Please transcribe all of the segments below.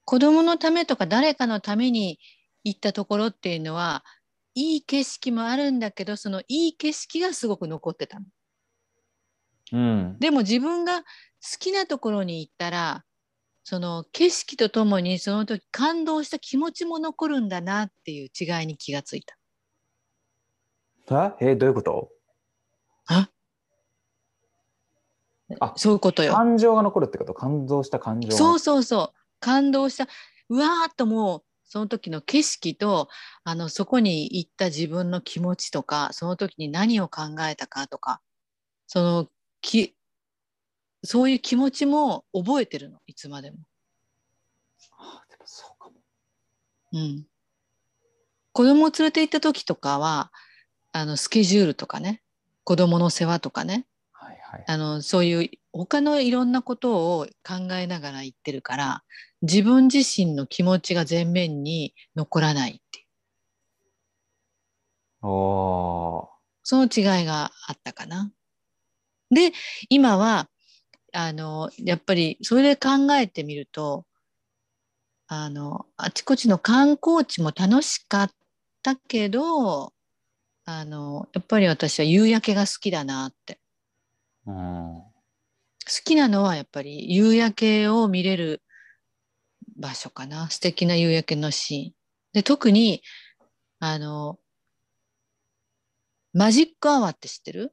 子供のためとか誰かのために行ったところっていうのは、いい景色もあるんだけど、そのいい景色がすごく残ってたの。 うん。 でも自分が好きなところに行ったら、その景色とともにその時感動した気持ちも残るんだなっていう違いに気がついた。 どういうこと？ あ、 あ、 そういうことよ。 感情が残るってこと？感動した感情がそう残そうそう。感動した。うわーっともう、その時の景色と、そこに行った自分の気持ちとか、その時に何を考えたかとか、その、そういう気持ちも覚えてるの、いつまでも。 でもそうかも。 うん。子供を連れて行った時とかは、スケジュールとかね、子供の世話とかね、 はいはい。 そういう他のいろんなことを考えながら行ってるから、自分自身の気持ちが前面に残らないっていう、 おー。 その違いがあったかな。で、今は、やっぱりそれで考えてみると、あちこちの観光地も楽しかったけど、やっぱり私は夕焼けが好きだなって。 うん。 好きなのはやっぱり夕焼けを見れる場所かな。素敵な夕焼けのシーン。で、特に、あの、マジックアワーって知ってる？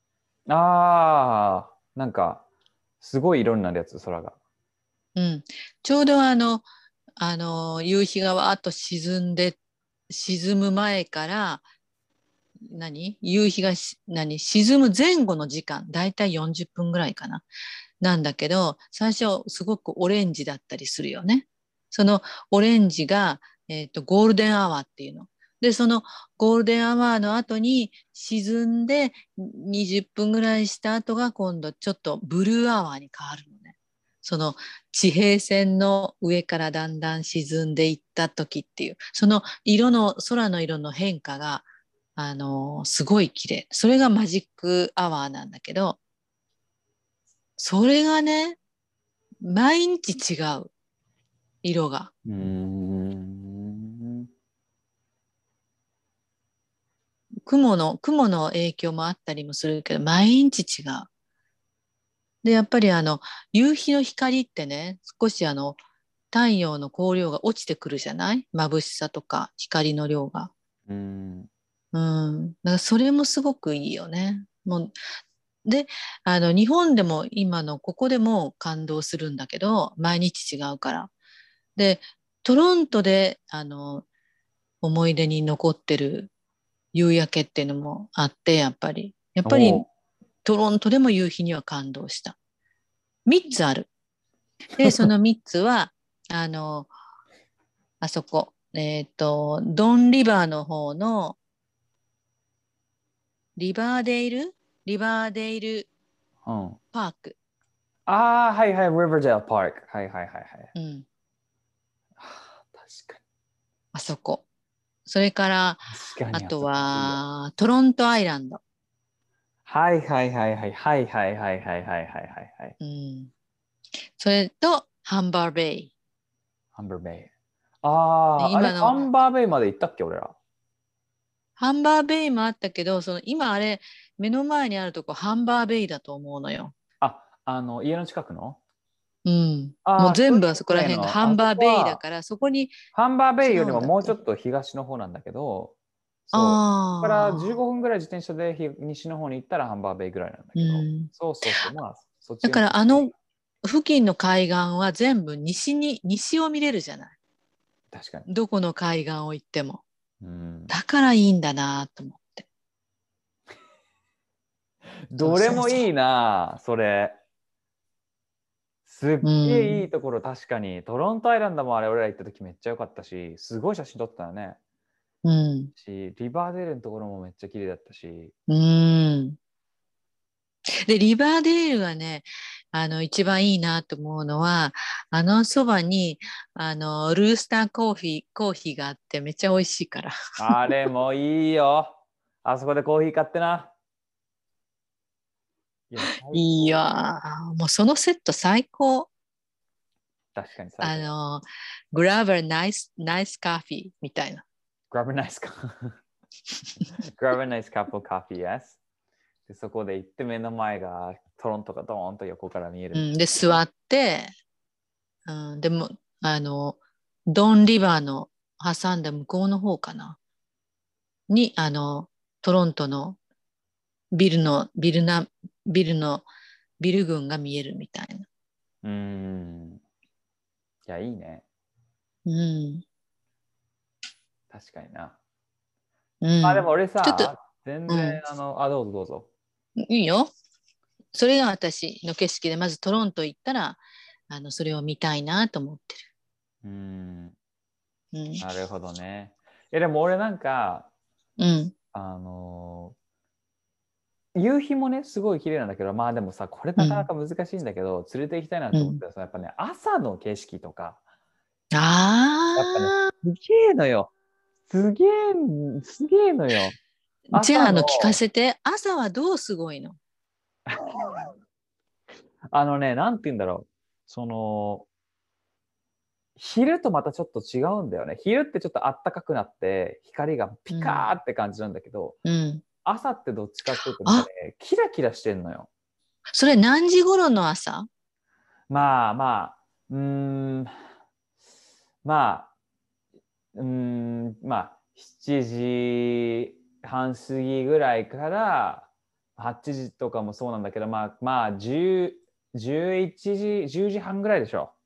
あー、なんか、すごい色になるやつ、空が。 うん。ちょうど夕日がわーっと沈む前から、夕日が沈む前後の時間、だいたい40分ぐらいかな。なんだけど、最初すごくオレンジだったりするよね。そのオレンジが、ゴールデンアワーっていうの。で、そのゴールデンアワーの後に沈んで20分ぐらいした後が今度ちょっとブルーアワーに変わるのね。その地平線の上からだんだん沈んでいった時っていう、その空の色の変化が、すごい綺麗。それがマジックアワーなんだけど、それがね、毎日違う、色が。 うーん。 雲の影響もあったりもするけど、毎日違う。で、やっぱり夕日の光ってね、少し太陽の光量が落ちてくるじゃない？眩しさとか光の量が。 うん。 うん。だからそれもすごくいいよね。もう、で、日本でも今のここでも感動するんだけど、毎日違うから。で、トロントで、思い出に残ってる夕焼けっていうのもあって、やっぱりおトロントでも夕日には感動した。3つある。で、その3つは、あの、あそこ、ドンリバーの方のリバーデイルリバーデイルうん。 パーク。 ああ、はいはい、Riverdale Park。はいはいはいはい。 うん、 確かあそこ。それから、 に。確かあとにあそこはいいよ。 は、トロントアイランド。 はいはいはいはいはいはいはいはいはいはいはい。 うん、それと、ハンバーベイ。 ハンバーベイ。ああ、あれ、 今のハンバーベイまで行ったっけ、俺ら。 ハンバーベイもあったけど、今あれ、目の前にあるとこ、ハンバーベイだと思うのよ。 あ、家の近くの。 うん。もああ、それう全部あそこらね辺がハあそンバーこは、 ベイだから、そこにハンバーベイ違よりもうんだって。 もうちょっと東の方なんだけど、そう。ここから15 ああ、 分ぐらい自転車で西の方に行ったらハンバーベイぐらいなんだうけど、 ん。 そうそうそう、まあ、そっちだ側に。 から付近の海岸は全部西を見れるじゃない。 確かに。 どこの海岸を行っても。 うん。 だからいいんだなと思って。そうどれそうそもいいな、それ。すっう。うげえいいん。 ところ、確かに。トロントアイランドもあれ、俺ら行った時めっちゃ良かったし、すごい写真撮ってたよね。 うん。 リバーデールのところもめっちゃ綺麗だったし。 うん。で、リバーデールがね、一番いいなと思うのは、あのそばに、ルースターコーヒーがあってめっちゃ美味しいから。 あれもいいよ。あそこでコーヒー買ってな。いや、最い高。 やー、もうそのセット最高。 確かに最高。 grab a nice coffee みたいな。 grab a nice grab a nice cup of coffee, yes. でそこで行って目の前がトロントがドーンと横から見える。 で、座って、でも、ドンリバーの挟んだ向こうの方かな。に、トロントのビルの、ビルな、ビルの、ビル群が見えるみたいな。 いや、いいね。 うん。 確かにな。でうん。 も俺ちょっと、 さ、全然、どうぞどうぞ。 いいよ。それが私の景色で、まずトロント行ったら、それを見たいなと思ってる。 なるほどね。でも俺なんか、 うん。 夕日もね、すごい綺麗なんだけど、まあでもさ、これなかなか難しいんだけど、連れて行きたいなと思ってさ、やっぱね、朝の景色とか、やっぱね、すげえのよ。すげえのよ。 じゃあ、 朝の、 聞かせて。朝はどうすごいの？ なんて言うんだろう。昼とまたちょっと違うんだよね。昼ってちょっとあったかくなって、光がピカーって感じなんだけど、朝ってどっちかっていうと、なんかね、キラキラしてんのよ。 それ何時頃の朝？ まあ、7時半過ぎぐらいから8時とかもそうなんだけど、10、11時、10時半ぐらいでしょ。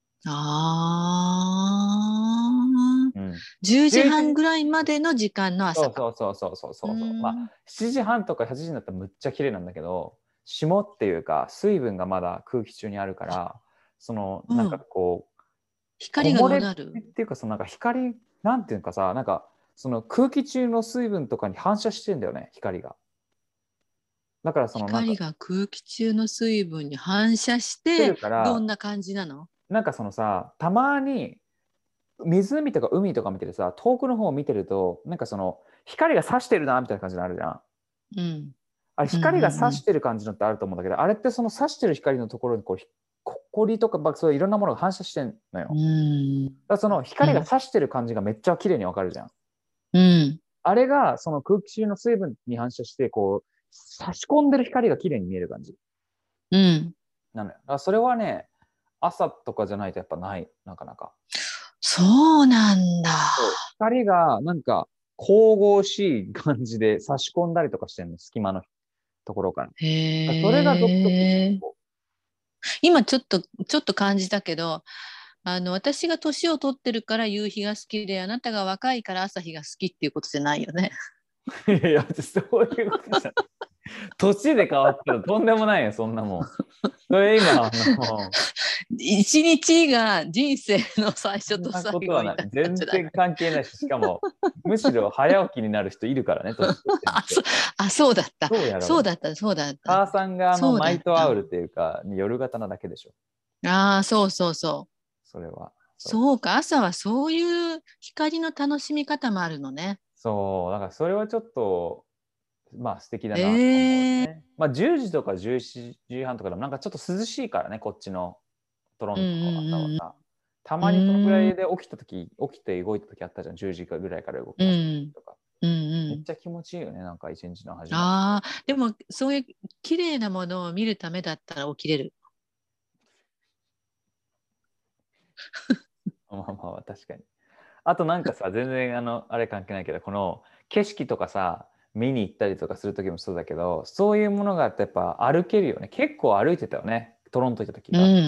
10時 11 半時ぐらいまでの時間の朝か。 そう。7時半とか8時になったらむっちゃ綺麗なんだけど、霜っていうか水分がまだ空気中にあるから、なんかこう、 光がどうなる？ っていうか、なんか光、なんていうかさ、なんか空気中の水分とかに反射してんだよね、光が。だから光が空気中の水分に反射してどんな感じなの？ なんかたまに湖とか海とか見てるさ、遠くの方を見てると、なんか光が差してるなみたいな感じになるじゃん。あれ光が差してる感じのってあると思うんだけど、あれって差してる光のところにここりとかそういういろんなものが反射してんのよ。だから光が差してる感じがめっちゃ綺麗にわかるじゃん。あれが空気中の水分に反射してこう差し込んでる光が綺麗に見える感じ。なのよ。それはね、朝とかじゃないとやっぱない、なかなか。 そうなんだ。 光がなんか神々しい感じで差し込んだりとかしてるの、隙間のところから。それが独特。 今ちょっと感じたけど、私が年を取ってるから夕日が好きで、あなたが若いから朝日が好きっていうことじゃないよね。 いや、そういうことじゃない。年で変わったらとんでもないよ、そんなもん。それ今、 一日が人生の最初と最後になっ全然関係ないし、しかも、むしろ早起きになる人いるからね、 そうだった。 そうだった。母さんがナイトアウルっていうか、夜型なだけでしょ。 そう。 それは。 そうか、朝はそういう光の楽しみ方もあるのね。 そう、だからそれはちょっと、素敵だなと思うね。10時とか11時半とかでもなんかちょっと涼しいからね、こっちのトロントの朝はさ。たまにそのぐらいで起きて動いた時あったじゃん、10時ぐらいから動きますとか。めっちゃ気持ちいいよね、なんか一日の始まり。 でもそういう綺麗なものを見るためだったら起きれる。 確かに。あとなんかさ、全然あれ関係ないけど、この景色とかさ、見に行ったりとかする時もそうだけど、そういうものがあってやっぱ歩けるよね。結構歩いてたよね、トロント行った時が。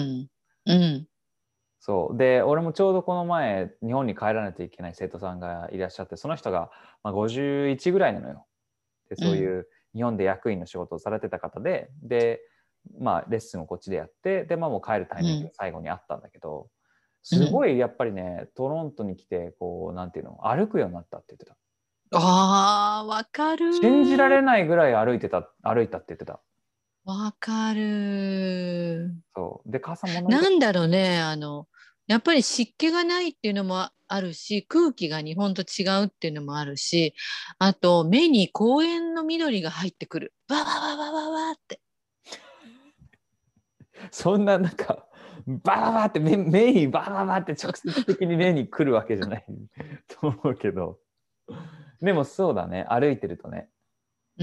そうで、俺もちょうどこの前日本に帰らないといけない生徒さんがいらっしゃって、その人が51ぐらいなのよ。でそういう日本で役員の仕事をされてた方で、レッスンをこっちでやって、でもう帰るタイミングが最後にあったんだけど、すごいやっぱりね、トロントに来てこうなんていうの、歩くようになったって言ってた。 わかる。 信じられないぐらい歩いたって言ってた。 わかる。 そうで、母さんもなんだろうね、やっぱり湿気がないっていうのもあるし、空気が日本と違うっていうのもあるし、あと目に公園の緑が入ってくる。わわわわわわって。 そんななんかバーバーって目にバーバーバーって直接的に目に来るわけじゃないと思うけど。でもそうだね、歩いてるとね。 うん。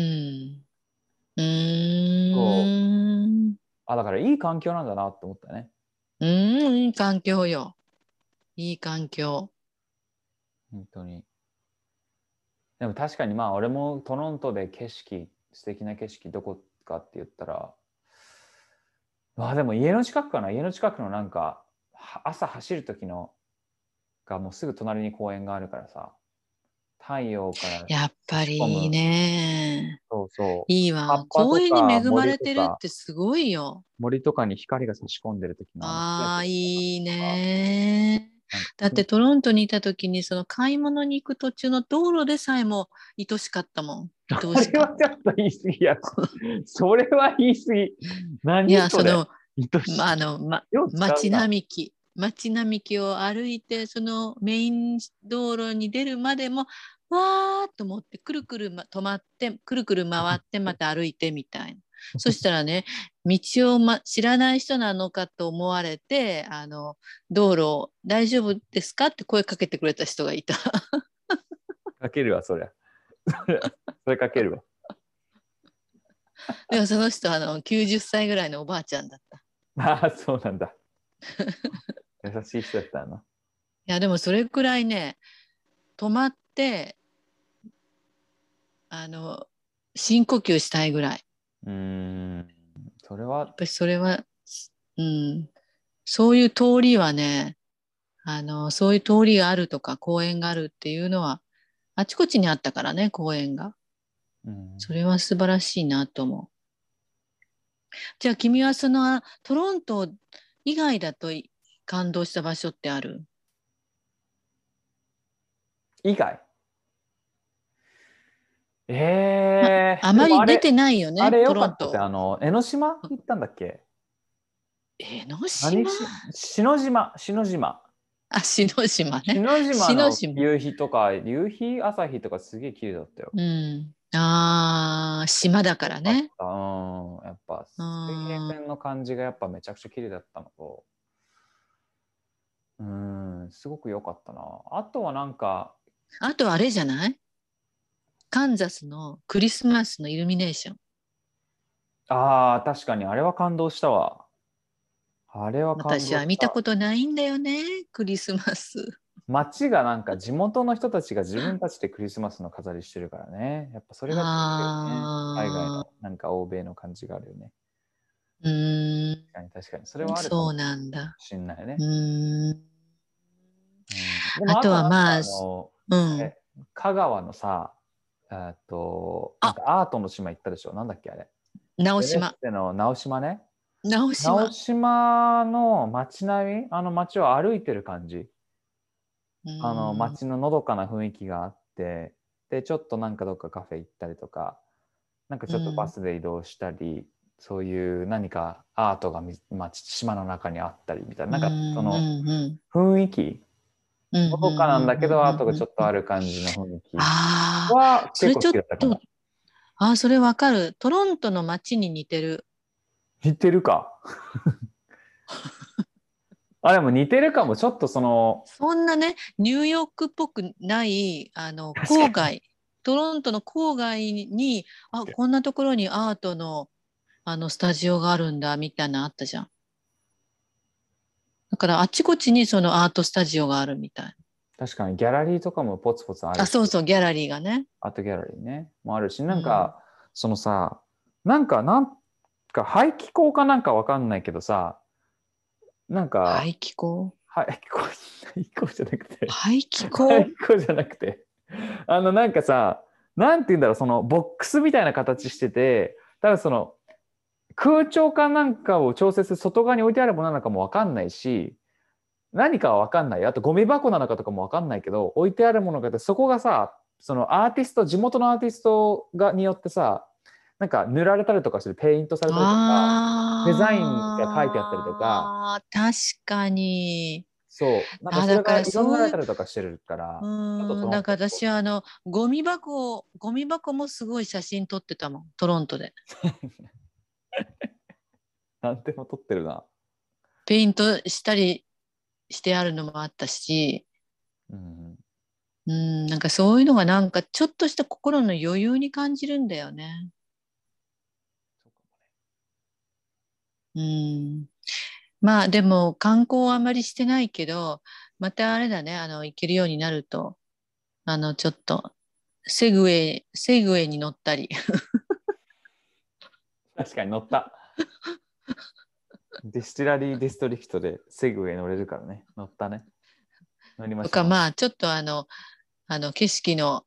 そう。だからいい環境なんだなって思ったね。 いい環境よ。いい環境。 本当に。でも確かにまあ俺もトロントで素敵な景色どこかって言ったら、でも家の近くかな。家の近くのなんか朝走る時のがもうすぐ隣に公園があるからさ、太陽からやっぱ差し込りいいむ、 ね。 そうそう、 いいわ。 葉っぱ公園にとか恵まれてるってすごいよ。 森とかに光が差し込んでる時のキラキああ、 ラした感いいじとか、 ね。 なんかだってトロントにいた時にその買い物に行く途中の道路でさえも愛しかったもん。愛そしかった。 れはちょっと言い過ぎや。それは言い過ぎ。 いや、 何それ。愛しい。よう使うな。 街並木を歩いて、そのメイン道路に出るまでも、わーっと思って、くるくる、止まって、くるくる回って、また歩いてみたいな。そしたらね、道を、知らない人なのかと思われて、道路、大丈夫ですかって声かけてくれた人がいた。 かけるわ、そりゃ。それかけるわ。 でもその人、90歳ぐらいのおばあちゃんだった。 ああ、そうなんだ。優しい人だったな。 いや、でもそれくらいね、止まって、深呼吸したいぐらい。 それは、 やっぱりそれは、うん、そういう通りはね、そういう通りがあるとか公園があるっていうのは、あちこちにあったからね、公園が。それは素晴らしいなと思う。じゃあ君はそのトロント以外だと感動した場所ってある？ 以外。 あでもまり出てないよね、トあれよかったって、 ロント。 江ノ島行ったんだっけ？ 江ノ島。 篠島、篠島。 あ、篠島ね。 篠島の篠島。 夕日とか、夕日、朝日とかすげえ綺麗だったよ。 うん。ああ、島だかよかっらね。 た。やっぱう水平ん。 線の感じがやっぱめちゃくちゃ綺麗だったのと、すごく良かったな。あとはなんか、 あとあれじゃない？カンザスのクリスマスのイルミネーション。 確かにあれは感動したわ。あれは感私は動した。 見たことないんだよね、クリスマス。 街がなんか地元の人たちが自分たちでクリスマスの飾りしてるからね。やっぱそれが違うよね。海外ああ、 のなんか欧米の感じがあるよね。 うーん、 確かに確かに。それはあるかもそうなんだ。 しんないうね。 ーん。 でもあとあとなんかはまあ、うん。 あれ、香川のさ、なんあ、 かアートの島行ったでしょ。なんだっけあれ。エレッ直島。 セの直島ね。 直直島。 島の街並み、あの街を歩いてる感じ。 うーん。 街ののどかな雰囲気があって、で、ちょっとなんかどっかカフェ行ったりとか、なんかちょっとバうん。 スで移動したり、そういう何かアートが島の中にあったりみたいな、 うなんかそん。 のうん。うん。 雰囲気、 うん。うん。 のどかなんだけどアートがうん。うん。 ちょっとある感じの雰囲気ああ、それは結構好ちょっと、 きだったかも。 それわかる。トロントの街に似てる。 似てるか。でも似てるかも。ちょっとその、 そんなね、ニューヨークっぽくない、 確かに。 郊外、トロントの郊外に、こんなところにアートの、スタジオがあるんだ、みたいなのあったじゃん。だから、あちこちにそのアートスタジオがあるみたい。 確かにギャラリーとかもポツポツあるし、 そうそう、ギャラリーがね。 アートギャラリーね、もあるし、 うん。 そのさ、なんか排気口かなんかわかんないけどさ、なんか、 排気口。 排気口じゃなくて、 排気口。 排気口じゃなくて、なんかさ、なんて言うんだろう、そのボックスみたいな形してて、多分その空調かなんかを調節する外側に置いてあるものなのかもわかんないし、何かはわかんない。あとゴミ箱なのかとかもわかんないけど、置いてあるものがあって、そこがさ、その地元のアーティストによってさ、なんか塗られたりとかしてる、ペイントされたりとか、デザインが書いてあったりとか、 確かに。 そう、なんかそれだからが色塗らそういう、 れたりとかしてるから、ちょっとトロンだかトっぽい。 ら私はゴミ箱もすごい写真撮ってたもん、トロントで。 なんでも撮ってるな。 ペイントしたりしてあるのもあったし、なんかそういうのがなんかちょっとした心の余裕に感じるんだよね。まあでも観光はあまりしてないけど、またあれだね、行けるようになると、ちょっとセグウェイに乗ったり。 確かに乗った。ディスティラリーディストリクトでセグウェイ乗れるからね。乗ったね。乗りましょう。 とか、まあちょっと景色の、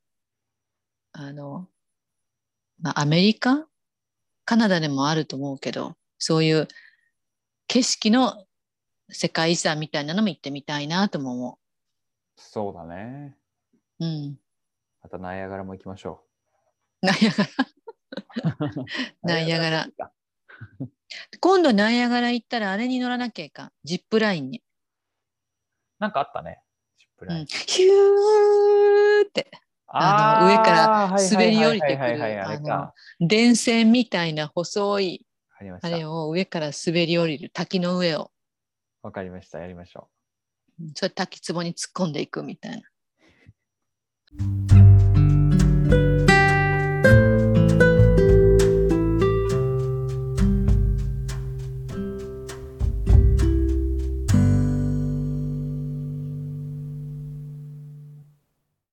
まあアメリカカナダでもあると思うけど、そういう景色の世界遺産みたいなのも行ってみたいなとも思そうだね。 う。うん。 またナイアガラも行きましょナイアガラ。 う。 ナイアガラ。今度ナイアガラ行ったらあれに乗らなきゃいかん。ジップラインに。 なんかあったね。ジップライン。 ヒューって、上からはいはい滑り降りはいはいてくる、 はいはい、あれか。 電線みたいな細い、 ありました。 あれを上から滑り降りる、滝の上を。 わかりました。やりましょう。 それ滝壺に突っ込んでいくみたいな。